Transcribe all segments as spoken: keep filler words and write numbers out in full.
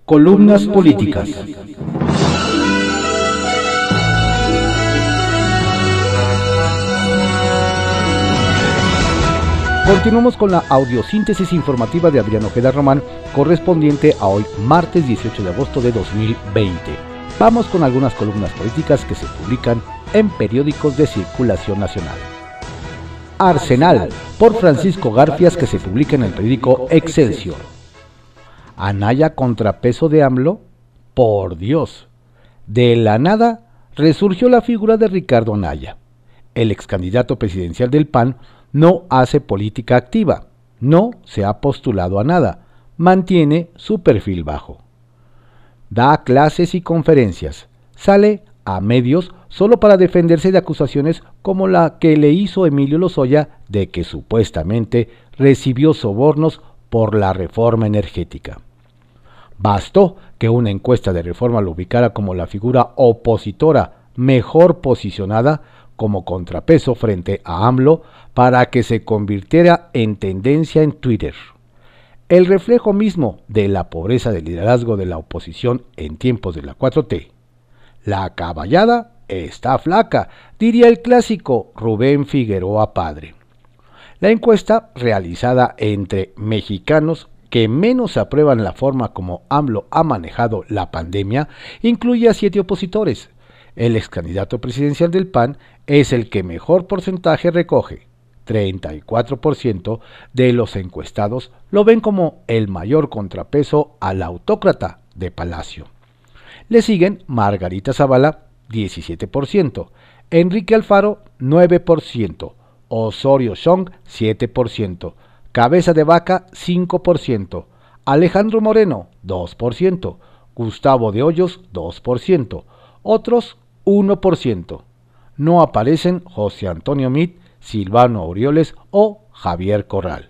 Columnas políticas. Continuamos con la audiosíntesis informativa de Adrián Ojeda Román, correspondiente a hoy, martes dieciocho de agosto de dos mil veinte. Vamos con algunas columnas políticas que se publican en periódicos de circulación nacional. Arsenal, por Francisco Garfias, que se publica en el periódico Excelsior. Anaya contrapeso de AMLO, por Dios. De la nada resurgió la figura de Ricardo Anaya. El ex candidato presidencial del P A N no hace política activa, no se ha postulado a nada, mantiene su perfil bajo. Da clases y conferencias, sale a medios solo para defenderse de acusaciones como la que le hizo Emilio Lozoya de que supuestamente recibió sobornos por la reforma energética. Bastó que una encuesta de Reforma lo ubicara como la figura opositora mejor posicionada como contrapeso frente a AMLO para que se convirtiera en tendencia en Twitter. El reflejo mismo de la pobreza del liderazgo de la oposición en tiempos de la cuatro T. La caballada está flaca, diría el clásico Rubén Figueroa padre. La encuesta, realizada entre mexicanos que menos aprueban la forma como AMLO ha manejado la pandemia, incluye a siete opositores. El ex candidato presidencial del P A N es el que mejor porcentaje recoge. treinta y cuatro por ciento de los encuestados lo ven como el mayor contrapeso al autócrata de Palacio. Le siguen Margarita Zavala, diecisiete por ciento, Enrique Alfaro, nueve por ciento, Osorio Chong, siete por ciento, Cabeza de Vaca, cinco por ciento, Alejandro Moreno, dos por ciento, Gustavo de Hoyos, dos por ciento, otros, uno por ciento. No aparecen José Antonio Meade, Silvano Aureoles o Javier Corral.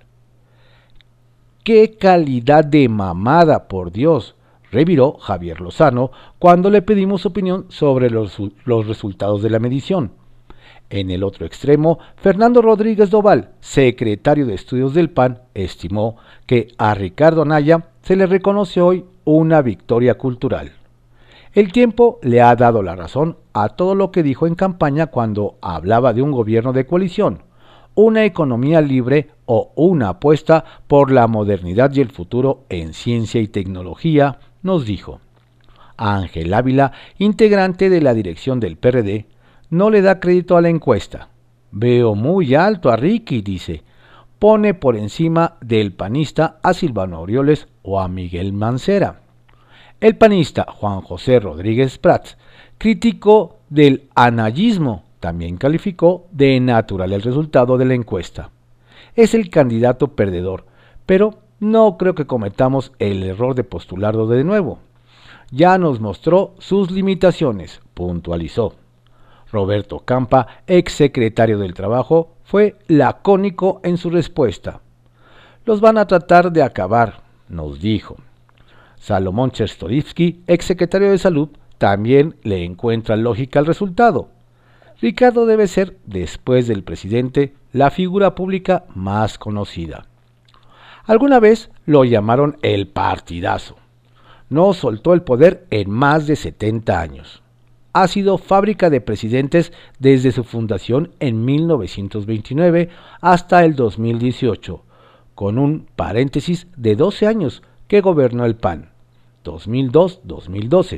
¡Qué calidad de mamada, por Dios!, reviró Javier Lozano cuando le pedimos su opinión sobre los, los resultados de la medición. En el otro extremo, Fernando Rodríguez Doval, secretario de Estudios del P A N, estimó que a Ricardo Anaya se le reconoce hoy una victoria cultural. El tiempo le ha dado la razón a todo lo que dijo en campaña cuando hablaba de un gobierno de coalición, una economía libre o una apuesta por la modernidad y el futuro en ciencia y tecnología, nos dijo. Ángel Ávila, integrante de la dirección del P R D, no le da crédito a la encuesta. Veo muy alto a Ricky, dice. Pone por encima del panista a Silvano Aureoles o a Miguel Mancera. El panista Juan José Rodríguez Prats, crítico del anayismo, también calificó de natural el resultado de la encuesta. Es el candidato perdedor, pero no creo que cometamos el error de postularlo de nuevo. Ya nos mostró sus limitaciones, puntualizó. Roberto Campa, ex secretario del Trabajo, fue lacónico en su respuesta. Los van a tratar de acabar, nos dijo. Salomón Chertorivsky, ex secretario de Salud, también le encuentra lógica al resultado. Ricardo debe ser, después del presidente, la figura pública más conocida. Alguna vez lo llamaron el partidazo. No soltó el poder en más de setenta años. Ha sido fábrica de presidentes desde su fundación en mil novecientos veintinueve hasta el dos mil dieciocho, con un paréntesis de doce años que gobernó el P A N, dos mil dos a dos mil doce.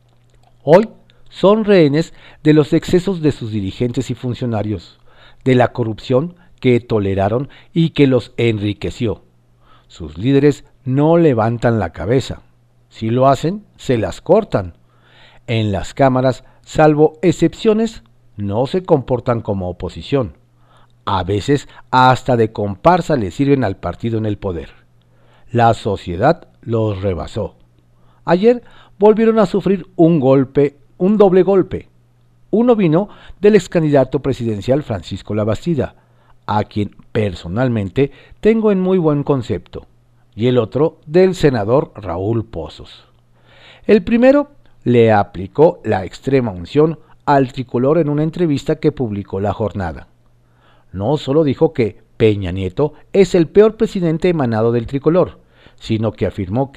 Hoy son rehenes de los excesos de sus dirigentes y funcionarios, de la corrupción que toleraron y que los enriqueció. Sus líderes no levantan la cabeza. Si lo hacen, se las cortan. En las cámaras, salvo excepciones, no se comportan como oposición. A veces hasta de comparsa le sirven al partido en el poder. La sociedad los rebasó. Ayer volvieron a sufrir un golpe, un doble golpe. Uno vino del ex candidato presidencial Francisco Labastida, a quien personalmente tengo en muy buen concepto, y el otro del senador Raúl Pozos. El primero le aplicó la extrema unción al tricolor en una entrevista que publicó La Jornada. No solo dijo que Peña Nieto es el peor presidente emanado del tricolor, sino que afirmó que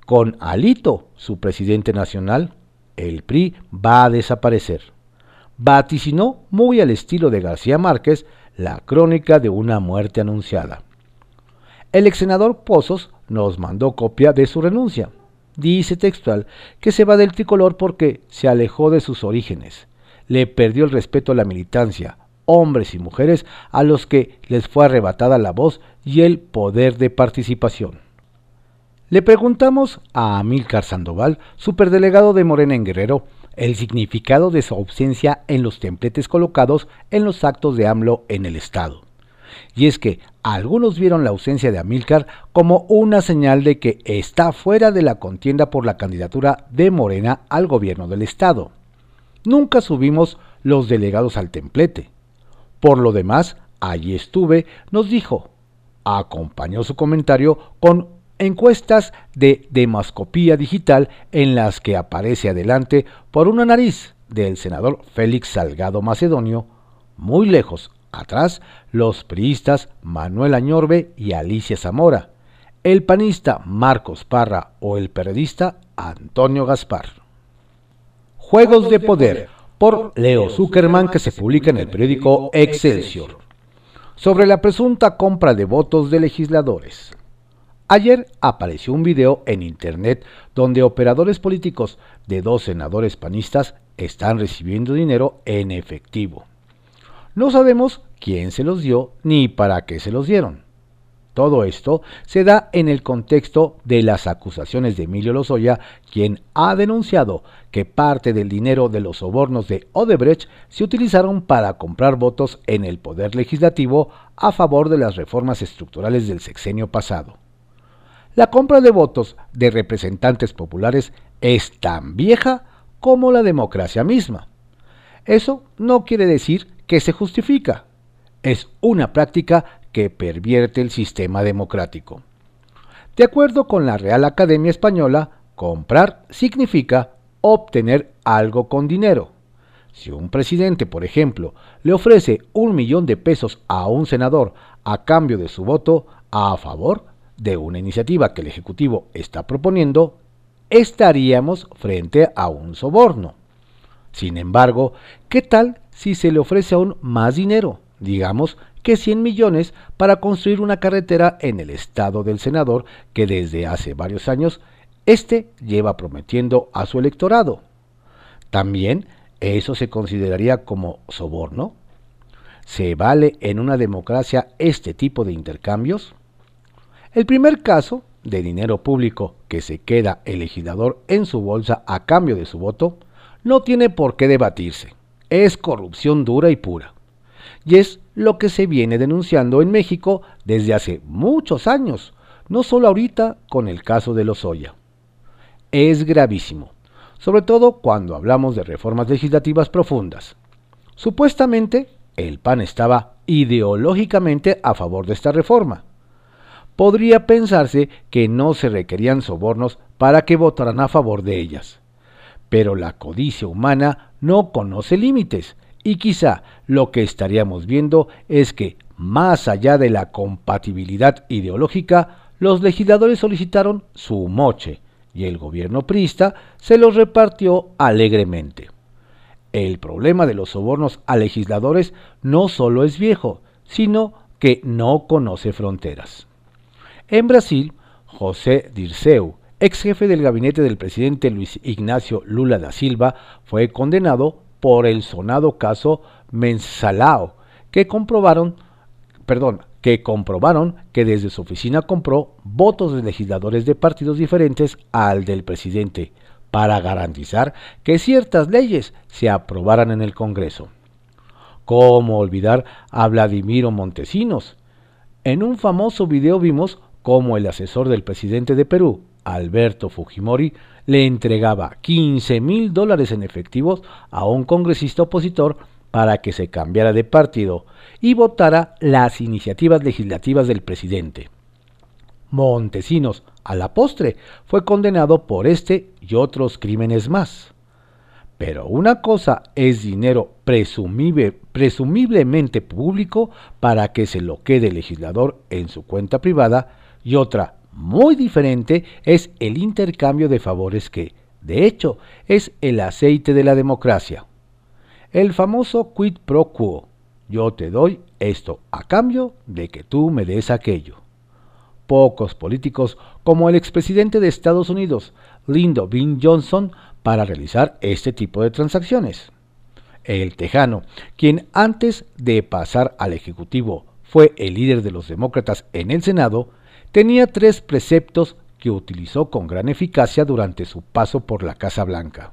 con Alito, su presidente nacional, el P R I va a desaparecer. Vaticinó, muy al estilo de García Márquez, la crónica de una muerte anunciada. El ex senador Pozos nos mandó copia de su renuncia. Dice textual que se va del tricolor porque se alejó de sus orígenes, le perdió el respeto a la militancia, hombres y mujeres a los que les fue arrebatada la voz y el poder de participación. Le preguntamos a Amílcar Sandoval, superdelegado de Morena en Guerrero, el significado de su ausencia en los templetes colocados en los actos de AMLO en el estado. Y es que algunos vieron la ausencia de Amílcar como una señal de que está fuera de la contienda por la candidatura de Morena al gobierno del estado. Nunca subimos los delegados al templete. Por lo demás, allí estuve, nos dijo. Acompañó su comentario con encuestas de demoscopía digital en las que aparece adelante por una nariz del senador Félix Salgado Macedonio, muy lejos, atrás, los priistas Manuel Añorbe y Alicia Zamora, el panista Marcos Parra o el periodista Antonio Gaspar. Juegos de Poder, por Leo Zuckerman, que se publica en el periódico Excelsior. Sobre la presunta compra de votos de legisladores. Ayer apareció un video en internet donde operadores políticos de dos senadores panistas están recibiendo dinero en efectivo. No sabemos quién se los dio ni para qué se los dieron. Todo esto se da en el contexto de las acusaciones de Emilio Lozoya, quien ha denunciado que parte del dinero de los sobornos de Odebrecht se utilizaron para comprar votos en el Poder Legislativo a favor de las reformas estructurales del sexenio pasado. La compra de votos de representantes populares es tan vieja como la democracia misma. Eso no quiere decir que se justifica. Es una práctica que pervierte el sistema democrático. De acuerdo con la Real Academia Española, comprar significa obtener algo con dinero. Si un presidente, por ejemplo, le ofrece un millón de pesos a un senador a cambio de su voto a favor de una iniciativa que el Ejecutivo está proponiendo, estaríamos frente a un soborno. Sin embargo, ¿qué tal si se le ofrece aún más dinero, digamos que cien millones, para construir una carretera en el estado del senador que desde hace varios años este lleva prometiendo a su electorado? ¿También eso se consideraría como soborno? ¿Se vale en una democracia este tipo de intercambios? El primer caso de dinero público que se queda el legislador en su bolsa a cambio de su voto no tiene por qué debatirse. Es corrupción dura y pura. Y es lo que se viene denunciando en México desde hace muchos años, no solo ahorita con el caso de Lozoya. Es gravísimo, sobre todo cuando hablamos de reformas legislativas profundas. Supuestamente, el P A N estaba ideológicamente a favor de esta reforma. Podría pensarse que no se requerían sobornos para que votaran a favor de ellas. Pero la codicia humana no conoce límites, y quizá lo que estaríamos viendo es que, más allá de la compatibilidad ideológica, los legisladores solicitaron su moche, y el gobierno priista se los repartió alegremente. El problema de los sobornos a legisladores no solo es viejo, sino que no conoce fronteras. En Brasil, José Dirceu, ex jefe del gabinete del presidente Luis Ignacio Lula da Silva, fue condenado por el sonado caso Mensalao, que comprobaron, perdón, que comprobaron que desde su oficina compró votos de legisladores de partidos diferentes al del presidente, para garantizar que ciertas leyes se aprobaran en el Congreso. ¿Cómo olvidar a Vladimiro Montesinos? En un famoso video vimos cómo el asesor del presidente de Perú, Alberto Fujimori, le entregaba quince mil dólares en efectivos a un congresista opositor para que se cambiara de partido y votara las iniciativas legislativas del presidente. Montesinos, a la postre, fue condenado por este y otros crímenes más. Pero una cosa es dinero presumible, presumiblemente público para que se lo quede el legislador en su cuenta privada, y otra, muy diferente es el intercambio de favores que, de hecho, es el aceite de la democracia. El famoso quid pro quo. Yo te doy esto a cambio de que tú me des aquello. Pocos políticos como el expresidente de Estados Unidos, Lyndon B. Johnson, para realizar este tipo de transacciones. El tejano, quien antes de pasar al Ejecutivo fue el líder de los demócratas en el Senado, tenía tres preceptos que utilizó con gran eficacia durante su paso por la Casa Blanca.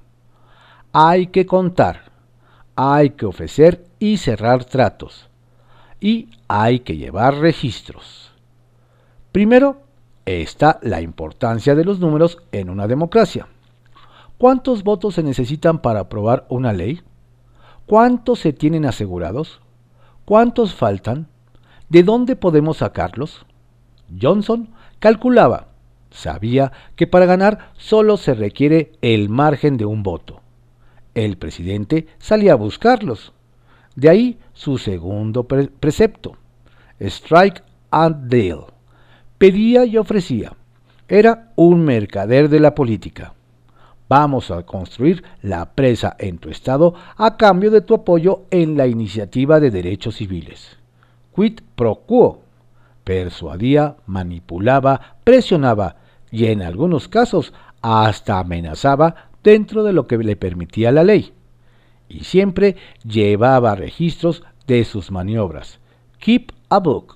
Hay que contar, hay que ofrecer y cerrar tratos, y hay que llevar registros. Primero, está la importancia de los números en una democracia. ¿Cuántos votos se necesitan para aprobar una ley? ¿Cuántos se tienen asegurados? ¿Cuántos faltan? ¿De dónde podemos sacarlos? Johnson calculaba, sabía que para ganar solo se requiere el margen de un voto. El presidente salía a buscarlos. De ahí su segundo pre- precepto, strike and deal. Pedía y ofrecía. Era un mercader de la política. Vamos a construir la presa en tu estado a cambio de tu apoyo en la iniciativa de derechos civiles. Quid pro quo. Persuadía, manipulaba, presionaba y en algunos casos hasta amenazaba dentro de lo que le permitía la ley. Y siempre llevaba registros de sus maniobras. Keep a book.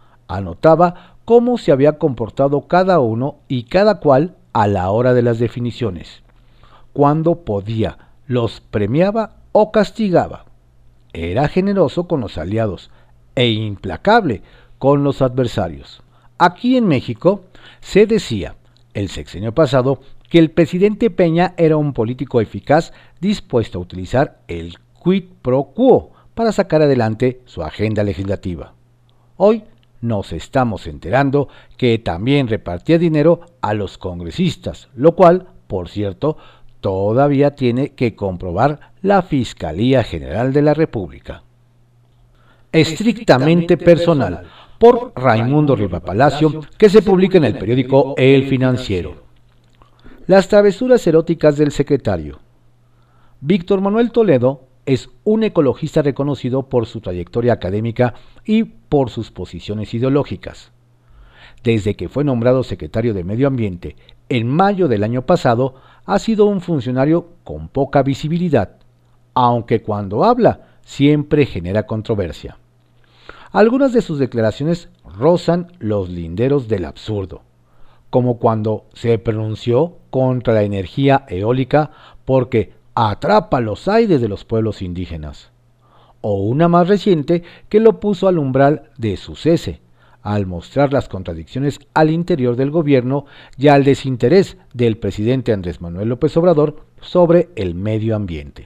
Anotaba cómo se había comportado cada uno y cada cual a la hora de las definiciones. Cuando podía, los premiaba o castigaba. Era generoso con los aliados e implacable con los adversarios. Aquí en México se decía, el sexenio pasado, que el presidente Peña era un político eficaz dispuesto a utilizar el quid pro quo para sacar adelante su agenda legislativa. Hoy nos estamos enterando que también repartía dinero a los congresistas, lo cual, por cierto, todavía tiene que comprobar la Fiscalía General de la República. Estrictamente personal, por Raimundo Riva Palacio, que se publica en el periódico El Financiero. Las travesuras eróticas del secretario. Víctor Manuel Toledo es un ecologista reconocido por su trayectoria académica y por sus posiciones ideológicas. Desde que fue nombrado secretario de Medio Ambiente en mayo del año pasado, ha sido un funcionario con poca visibilidad, aunque cuando habla siempre genera controversia. Algunas de sus declaraciones rozan los linderos del absurdo, como cuando se pronunció contra la energía eólica porque atrapa los aires de los pueblos indígenas, o una más reciente que lo puso al umbral de su cese, al mostrar las contradicciones al interior del gobierno y al desinterés del presidente Andrés Manuel López Obrador sobre el medio ambiente.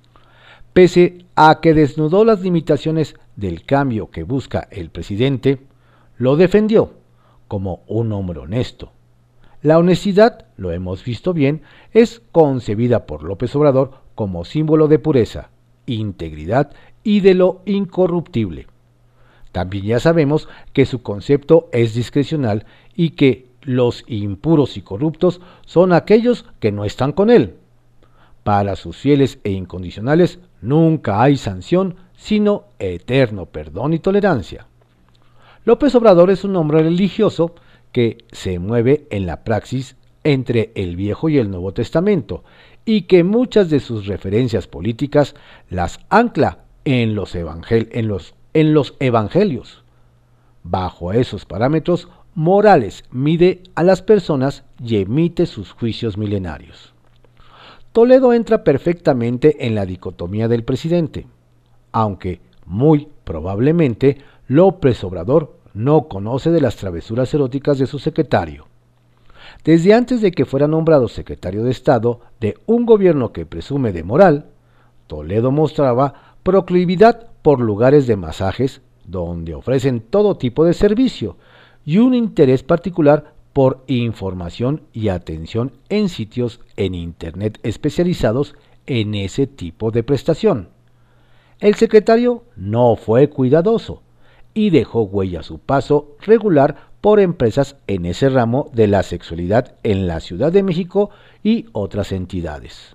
Pese a que desnudó las limitaciones del cambio que busca el presidente, lo defendió como un hombre honesto. La honestidad, lo hemos visto bien, es concebida por López Obrador como símbolo de pureza, integridad y de lo incorruptible. También ya sabemos que su concepto es discrecional y que los impuros y corruptos son aquellos que no están con él. Para sus fieles e incondicionales nunca hay sanción, sino eterno perdón y tolerancia. López Obrador es un hombre religioso que se mueve en la praxis entre el Viejo y el Nuevo Testamento y que muchas de sus referencias políticas las ancla en los, evangel- en los, en los evangelios. Bajo esos parámetros morales mide a las personas y emite sus juicios milenarios. Toledo entra perfectamente en la dicotomía del presidente, aunque muy probablemente López Obrador no conoce de las travesuras eróticas de su secretario. Desde antes de que fuera nombrado secretario de Estado de un gobierno que presume de moral, Toledo mostraba proclividad por lugares de masajes donde ofrecen todo tipo de servicio y un interés particular por información y atención en sitios en Internet especializados en ese tipo de prestación. El secretario no fue cuidadoso y dejó huella a su paso regular por empresas en ese ramo de la sexualidad en la Ciudad de México y otras entidades.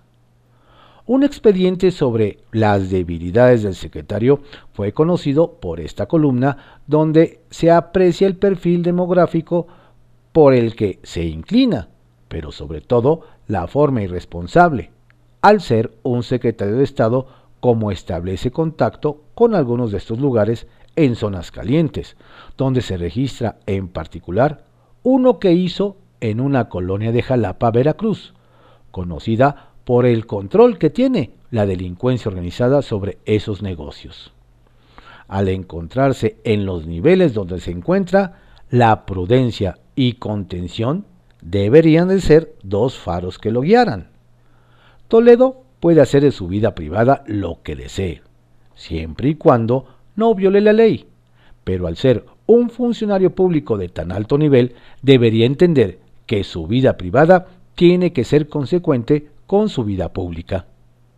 Un expediente sobre las debilidades del secretario fue conocido por esta columna, donde se aprecia el perfil demográfico por el que se inclina, pero sobre todo la forma irresponsable, al ser un secretario de Estado, como establece contacto con algunos de estos lugares en zonas calientes, donde se registra en particular uno que hizo en una colonia de Jalapa, Veracruz, conocida por el control que tiene la delincuencia organizada sobre esos negocios. Al encontrarse en los niveles donde se encuentra, la prudencia y contención deberían de ser dos faros que lo guiaran. Toledo puede hacer de su vida privada lo que desee, siempre y cuando no viole la ley, pero al ser un funcionario público de tan alto nivel, debería entender que su vida privada tiene que ser consecuente con su vida pública.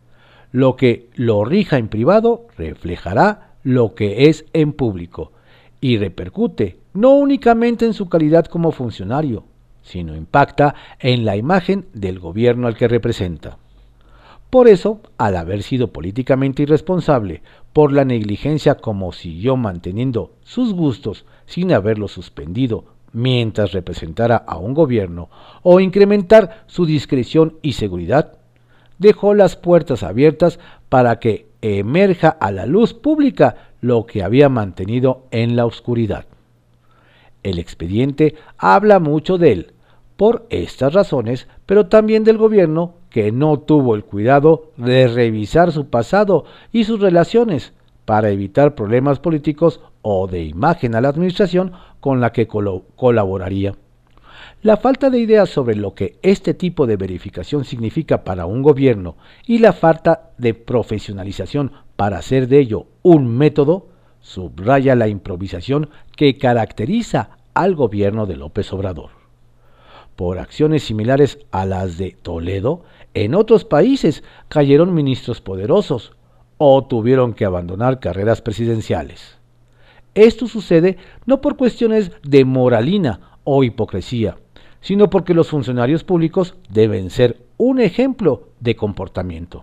Lo que lo rija en privado reflejará lo que es en público y repercute no únicamente en su calidad como funcionario, sino impacta en la imagen del gobierno al que representa. Por eso, al haber sido políticamente irresponsable por la negligencia como siguió manteniendo sus gustos sin haberlos suspendido mientras representara a un gobierno o incrementar su discreción y seguridad, dejó las puertas abiertas para que emerja a la luz pública lo que había mantenido en la oscuridad. El expediente habla mucho de él, por estas razones, pero también del gobierno que no tuvo el cuidado de revisar su pasado y sus relaciones para evitar problemas políticos o de imagen a la administración con la que col- colaboraría. La falta de ideas sobre lo que este tipo de verificación significa para un gobierno y la falta de profesionalización para hacer de ello un método subraya la improvisación que caracteriza al gobierno de López Obrador. Por acciones similares a las de Toledo, en otros países cayeron ministros poderosos o tuvieron que abandonar carreras presidenciales. Esto sucede no por cuestiones de moralina o hipocresía, sino porque los funcionarios públicos deben ser un ejemplo de comportamiento.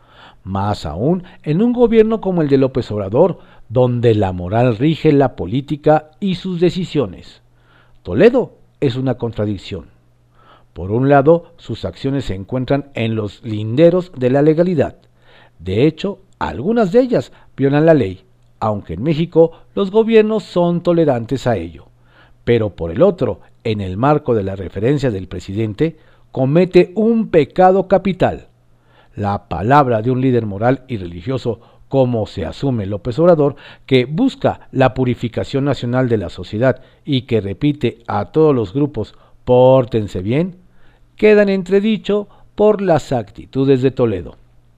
Más aún en un gobierno como el de López Obrador, donde la moral rige la política y sus decisiones. Toledo es una contradicción. Por un lado, sus acciones se encuentran en los linderos de la legalidad. De hecho, algunas de ellas violan la ley, aunque en México los gobiernos son tolerantes a ello. Pero por el otro, en el marco de la referencia del presidente, comete un pecado capital. La palabra de un líder moral y religioso, como se asume López Obrador, que busca la purificación nacional de la sociedad y que repite a todos los grupos «pórtense bien», queda en entredicho por las actitudes de Toledo.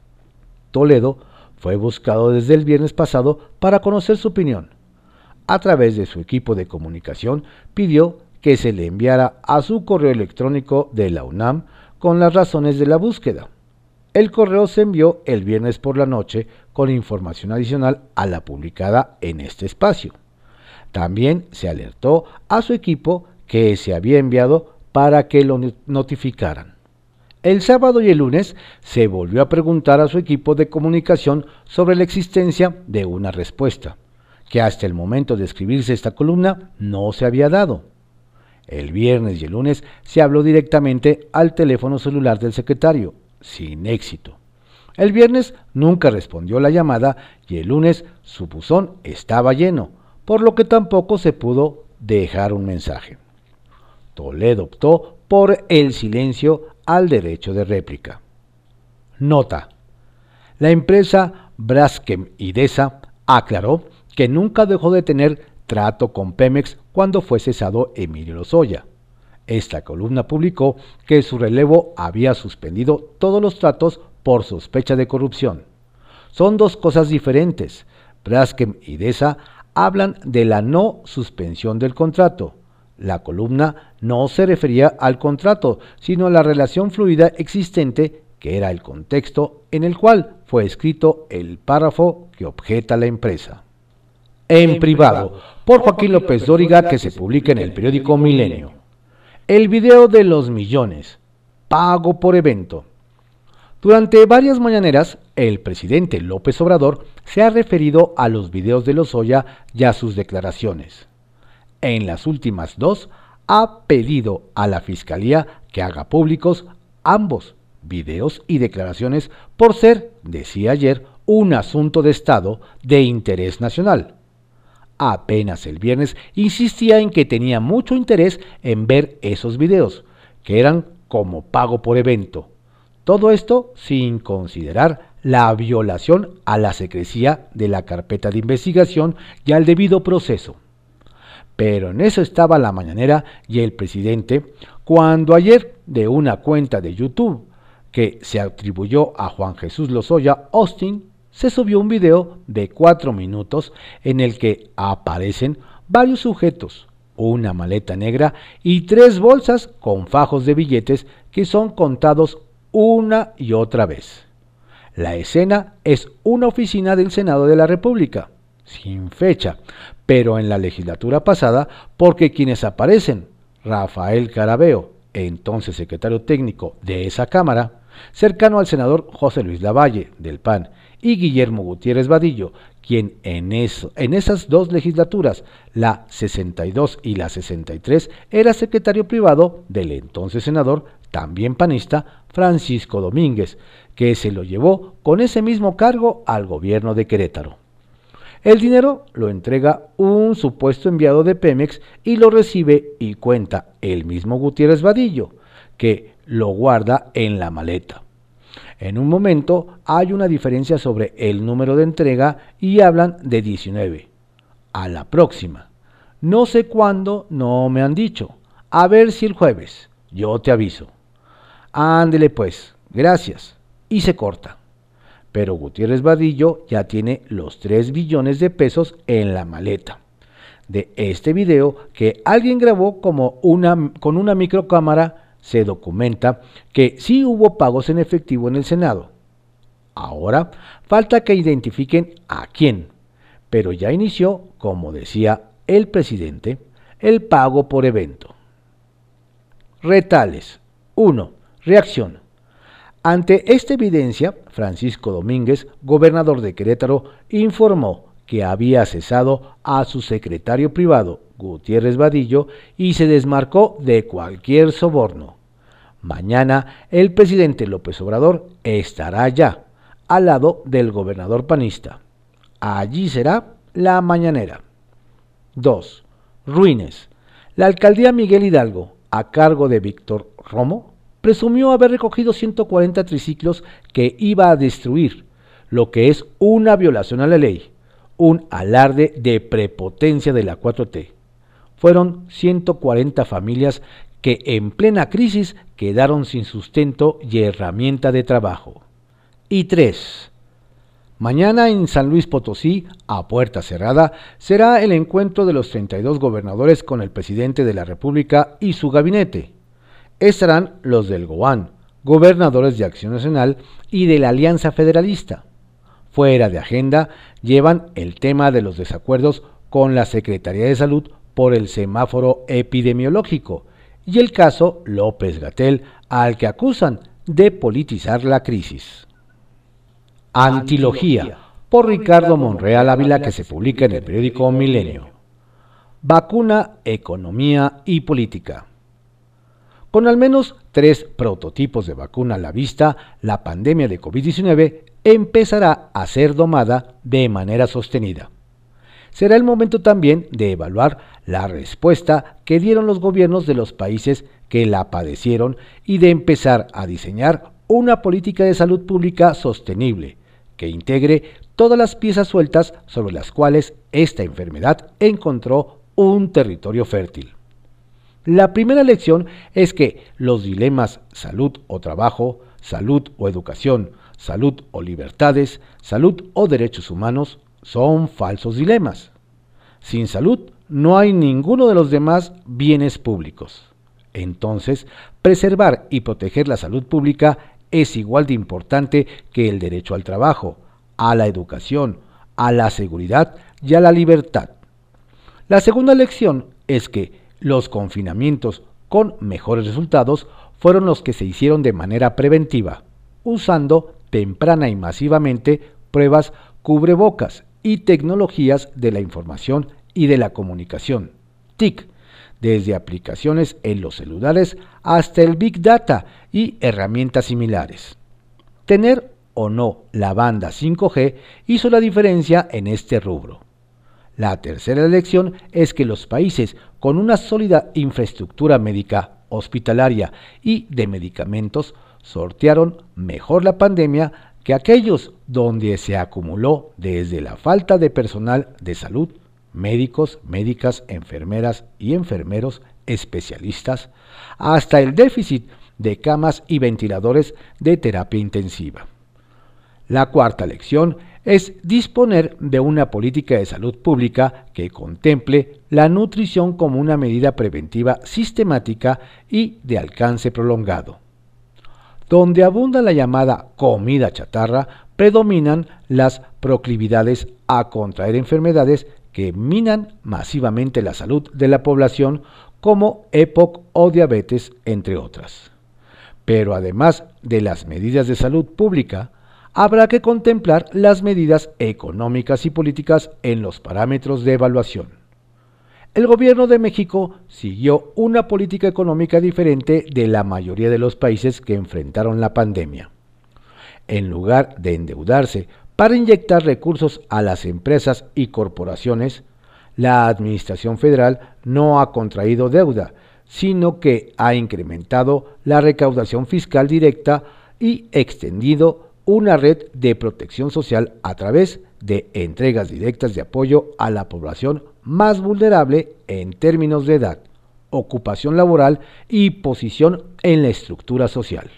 Toledo fue buscado desde el viernes pasado para conocer su opinión. A través de su equipo de comunicación pidió que se le enviara a su correo electrónico de la UNAM con las razones de la búsqueda. El correo se envió el viernes por la noche con información adicional a la publicada en este espacio. También se alertó a su equipo que se había enviado para que lo notificaran. El sábado y el lunes se volvió a preguntar a su equipo de comunicación sobre la existencia de una respuesta, que hasta el momento de escribirse esta columna no se había dado. El viernes y el lunes se habló directamente al teléfono celular del secretario, sin éxito. El viernes nunca respondió la llamada y el lunes su buzón estaba lleno, por lo que tampoco se pudo dejar un mensaje. Toledo optó por el silencio al derecho de réplica. Nota: la empresa Braskem Idesa aclaró que nunca dejó de tener trato con Pemex cuando fue cesado Emilio Lozoya. Esta columna publicó que su relevo había suspendido todos los tratos por sospecha de corrupción. Son dos cosas diferentes. Braskem y Idesa hablan de la no suspensión del contrato. La columna no se refería al contrato, sino a la relación fluida existente, que era el contexto en el cual fue escrito el párrafo que objeta la empresa. en privado, por Joaquín López Dóriga, que se publica en el periódico Milenio. El video de los millones, pago por evento. Durante varias mañaneras, el presidente López Obrador se ha referido a los videos de Lozoya y a sus declaraciones. En las últimas dos, ha pedido a la Fiscalía que haga públicos ambos videos y declaraciones por ser, decía ayer, un asunto de Estado de interés nacional. Apenas el viernes insistía en que tenía mucho interés en ver esos videos, que eran como pago por evento. Todo esto sin considerar la violación a la secrecía de la carpeta de investigación y al debido proceso. Pero en eso estaba la mañanera y el presidente, cuando ayer de una cuenta de YouTube que se atribuyó a Juan Jesús Lozoya Austin, se subió un video de cuatro minutos en el que aparecen varios sujetos, una maleta negra y tres bolsas con fajos de billetes que son contados una y otra vez. La escena es una oficina del Senado de la República, sin fecha, pero en la legislatura pasada, porque quienes aparecen, Rafael Carabeo, entonces secretario técnico de esa Cámara, cercano al senador José Luis Lavalle, del P A N, y Guillermo Gutiérrez Vadillo, quien en, eso, en esas dos legislaturas, la sesenta y dos y la sesenta y tres, era secretario privado del entonces senador, también panista, Francisco Domínguez, que se lo llevó con ese mismo cargo al gobierno de Querétaro. El dinero lo entrega un supuesto enviado de Pemex y lo recibe y cuenta el mismo Gutiérrez Vadillo, que lo guarda en la maleta. En un momento hay una diferencia sobre el número de entrega y hablan de diecinueve. A la próxima. No sé cuándo, no me han dicho. A ver si el jueves. Yo te aviso. Ándele pues, gracias. Y se corta. Pero Gutiérrez Vadillo ya tiene los tres billones de pesos en la maleta. De este video que alguien grabó como una, con una microcámara, se documenta que sí hubo pagos en efectivo en el Senado. Ahora falta que identifiquen a quién, pero ya inició, como decía el presidente, el pago por evento. Retales. uno. Reacción. Ante esta evidencia, Francisco Domínguez, gobernador de Querétaro, informó que había cesado a su secretario privado, Gutiérrez Vadillo, y se desmarcó de cualquier soborno. Mañana el presidente López Obrador estará allá, al lado del gobernador panista. Allí será la mañanera. dos. Ruines. La alcaldía Miguel Hidalgo, a cargo de Víctor Romo, presumió haber recogido ciento cuarenta triciclos que iba a destruir, lo que es una violación a la ley, un alarde de prepotencia de la cuatro T. Fueron ciento cuarenta familias que en plena crisis quedaron sin sustento y herramienta de trabajo. Y tres. Mañana en San Luis Potosí, a puerta cerrada, será el encuentro de los treinta y dos gobernadores con el presidente de la República y su gabinete. Estarán los del GOAN, gobernadores de Acción Nacional y de la Alianza Federalista. Fuera de agenda, llevan el tema de los desacuerdos con la Secretaría de Salud por el semáforo epidemiológico y el caso López-Gatell, al que acusan de politizar la crisis. Antilogía, por Ricardo Monreal Ávila, que se publica en el periódico Milenio. Vacuna, economía y política. Con al menos tres prototipos de vacuna a la vista, la pandemia de COVID diecinueve empezará a ser domada de manera sostenida. Será el momento también de evaluar la respuesta que dieron los gobiernos de los países que la padecieron y de empezar a diseñar una política de salud pública sostenible, que integre todas las piezas sueltas sobre las cuales esta enfermedad encontró un territorio fértil. La primera lección es que los dilemas salud o trabajo, salud o educación, salud o libertades, salud o derechos humanos son falsos dilemas. Sin salud no hay ninguno de los demás bienes públicos. Entonces, preservar y proteger la salud pública es igual de importante que el derecho al trabajo, a la educación, a la seguridad y a la libertad. La segunda lección es que los confinamientos con mejores resultados fueron los que se hicieron de manera preventiva, usando temprana y masivamente pruebas, cubrebocas y tecnologías de la información y de la comunicación, T I C, desde aplicaciones en los celulares hasta el Big Data y herramientas similares. Tener o no la banda cinco G hizo la diferencia en este rubro. La tercera lección es que los países con una sólida infraestructura médica, hospitalaria y de medicamentos sortearon mejor la pandemia que aquellos donde se acumuló desde la falta de personal de salud, médicos, médicas, enfermeras y enfermeros especialistas, hasta el déficit de camas y ventiladores de terapia intensiva. La cuarta lección es disponer de una política de salud pública que contemple la nutrición como una medida preventiva sistemática y de alcance prolongado. Donde abunda la llamada comida chatarra, predominan las proclividades a contraer enfermedades que minan masivamente la salud de la población, como EPOC o diabetes, entre otras. Pero además de las medidas de salud pública, habrá que contemplar las medidas económicas y políticas en los parámetros de evaluación. El gobierno de México siguió una política económica diferente de la mayoría de los países que enfrentaron la pandemia. En lugar de endeudarse para inyectar recursos a las empresas y corporaciones, la Administración Federal no ha contraído deuda, sino que ha incrementado la recaudación fiscal directa y extendido una red de protección social a través de entregas directas de apoyo a la población más vulnerable en términos de edad, ocupación laboral y posición en la estructura social.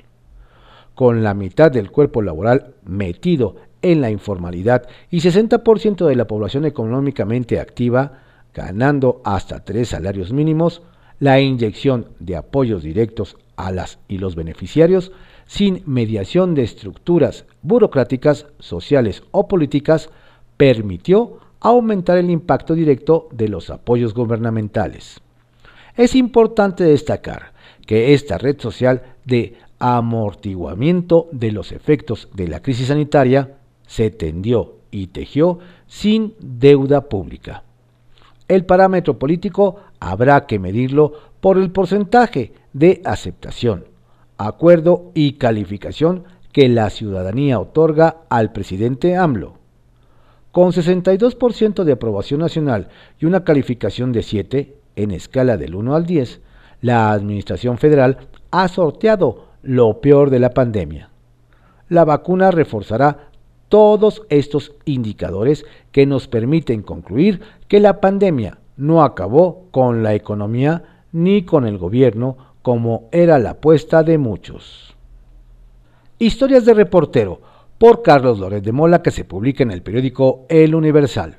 Con la mitad del cuerpo laboral metido en la informalidad y sesenta por ciento de la población económicamente activa, ganando hasta tres salarios mínimos, la inyección de apoyos directos a las y los beneficiarios, sin mediación de estructuras burocráticas, sociales o políticas, permitió aumentar el impacto directo de los apoyos gubernamentales. Es importante destacar que esta red social de amortiguamiento de los efectos de la crisis sanitaria se tendió y tejió sin deuda pública. El parámetro político habrá que medirlo por el porcentaje de aceptación, acuerdo y calificación que la ciudadanía otorga al presidente AMLO. Con sesenta y dos por ciento de aprobación nacional y una calificación de siete en escala del uno al diez, la Administración Federal ha sorteado lo peor de la pandemia. La vacuna reforzará todos estos indicadores que nos permiten concluir que la pandemia no acabó con la economía ni con el gobierno, como era la apuesta de muchos. Historias de reportero, por Carlos Loret de Mola, que se publica en el periódico El Universal.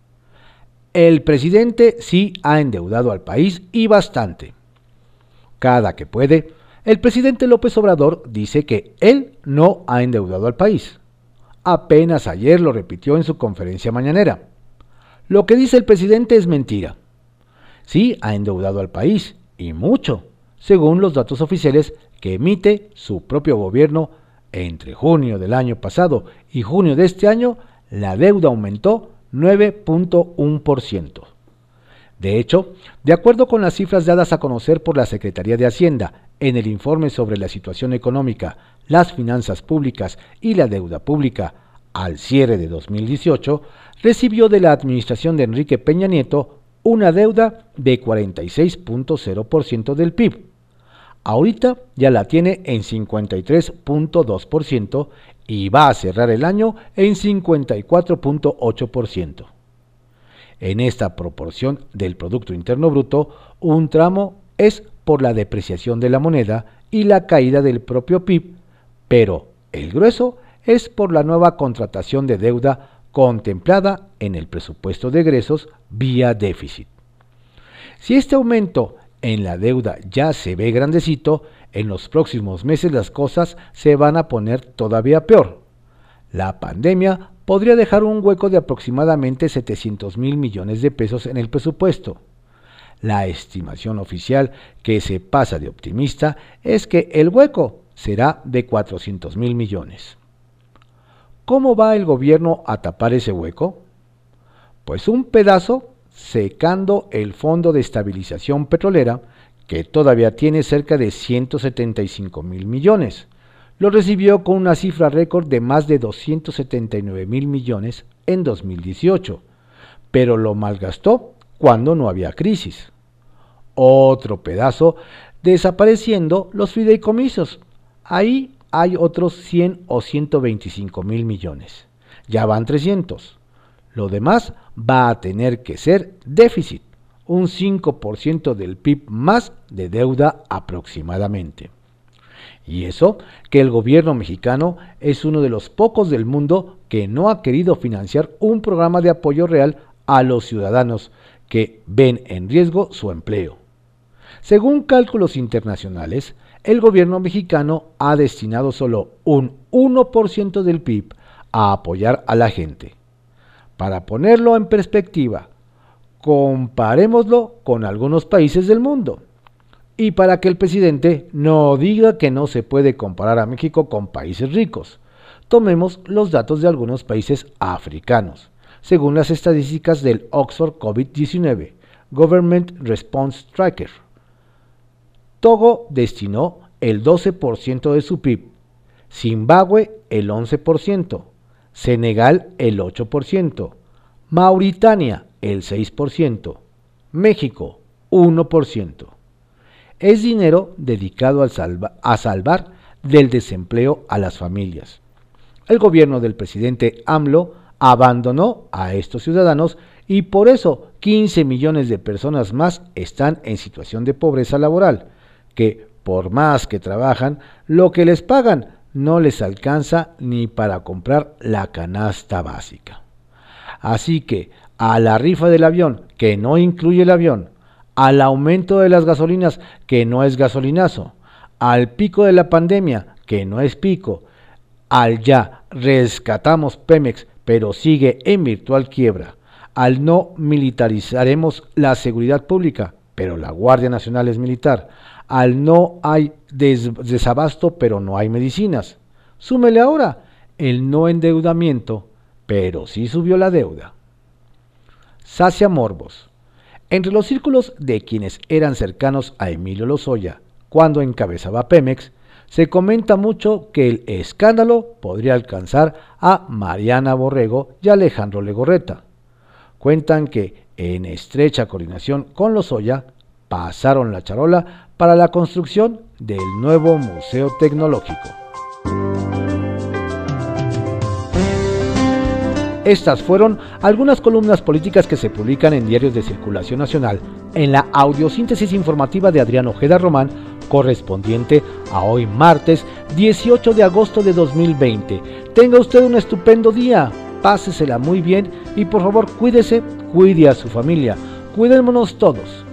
El presidente sí ha endeudado al país y bastante. Cada que puede, el presidente López Obrador dice que él no ha endeudado al país. Apenas ayer lo repitió en su conferencia mañanera. Lo que dice el presidente es mentira. Sí ha endeudado al país, y mucho, según los datos oficiales que emite su propio gobierno. Entre junio del año pasado y junio de este año, la deuda aumentó nueve punto uno por ciento. De hecho, de acuerdo con las cifras dadas a conocer por la Secretaría de Hacienda en el informe sobre la situación económica, las finanzas públicas y la deuda pública al cierre de dos mil dieciocho, recibió de la administración de Enrique Peña Nieto una deuda de cuarenta y seis punto cero por ciento del P I B. Ahorita ya la tiene en cincuenta y tres punto dos por ciento y va a cerrar el año en cincuenta y cuatro punto ocho por ciento. En esta proporción del Producto Interno Bruto, un tramo es por la depreciación de la moneda y la caída del propio P I B, pero el grueso es por la nueva contratación de deuda contemplada en el presupuesto de egresos vía déficit. Si este aumento en la deuda ya se ve grandecito, en los próximos meses las cosas se van a poner todavía peor. La pandemia podría dejar un hueco de aproximadamente setecientos mil millones de pesos en el presupuesto. La estimación oficial, que se pasa de optimista, es que el hueco será de cuatrocientos mil millones. ¿Cómo va el gobierno a tapar ese hueco? Pues un pedazo secando el Fondo de Estabilización Petrolera, que todavía tiene cerca de ciento setenta y cinco mil millones. Lo recibió con una cifra récord de más de doscientos setenta y nueve mil millones en dos mil dieciocho, pero lo malgastó cuando no había crisis. Otro pedazo desapareciendo los fideicomisos. Ahí hay otros cien o ciento veinticinco mil millones. Ya van trescientos. Lo demás va a tener que ser déficit, un cinco por ciento del P I B más de deuda aproximadamente. Y eso que el gobierno mexicano es uno de los pocos del mundo que no ha querido financiar un programa de apoyo real a los ciudadanos que ven en riesgo su empleo. Según cálculos internacionales, el gobierno mexicano ha destinado solo un uno por ciento del P I B a apoyar a la gente. Para ponerlo en perspectiva, comparémoslo con algunos países del mundo. Y para que el presidente no diga que no se puede comparar a México con países ricos, tomemos los datos de algunos países africanos, según las estadísticas del Oxford COVID diecinueve, Government Response Tracker. Togo destinó el doce por ciento de su P I B, Zimbabue el once por ciento, Senegal el ocho por ciento, Mauritania el seis por ciento, México uno por ciento. Es dinero dedicado a, salva, a salvar del desempleo a las familias. El gobierno del presidente AMLO abandonó a estos ciudadanos y por eso quince millones de personas más están en situación de pobreza laboral, que por más que trabajan, lo que les pagan no les alcanza ni para comprar la canasta básica. Así que a la rifa del avión, que no incluye el avión, al aumento de las gasolinas, que no es gasolinazo, al pico de la pandemia, que no es pico, al ya rescatamos Pemex, pero sigue en virtual quiebra, al no militarizaremos la seguridad pública, pero la Guardia Nacional es militar, al no hay des desabasto, pero no hay medicinas. Súmele ahora el no endeudamiento, pero sí subió la deuda. Sacia morbos. Entre los círculos de quienes eran cercanos a Emilio Lozoya, cuando encabezaba Pemex, se comenta mucho que el escándalo podría alcanzar a Mariana Borrego y Alejandro Legorreta. Cuentan que, en estrecha coordinación con Lozoya, pasaron la charola para la construcción del nuevo Museo Tecnológico. Estas fueron algunas columnas políticas que se publican en diarios de circulación nacional en la audiosíntesis informativa de Adrián Ojeda Román, correspondiente a hoy martes dieciocho de agosto de dos mil veinte. Tenga usted un estupendo día, pásesela muy bien y por favor cuídese, cuide a su familia, cuidémonos todos.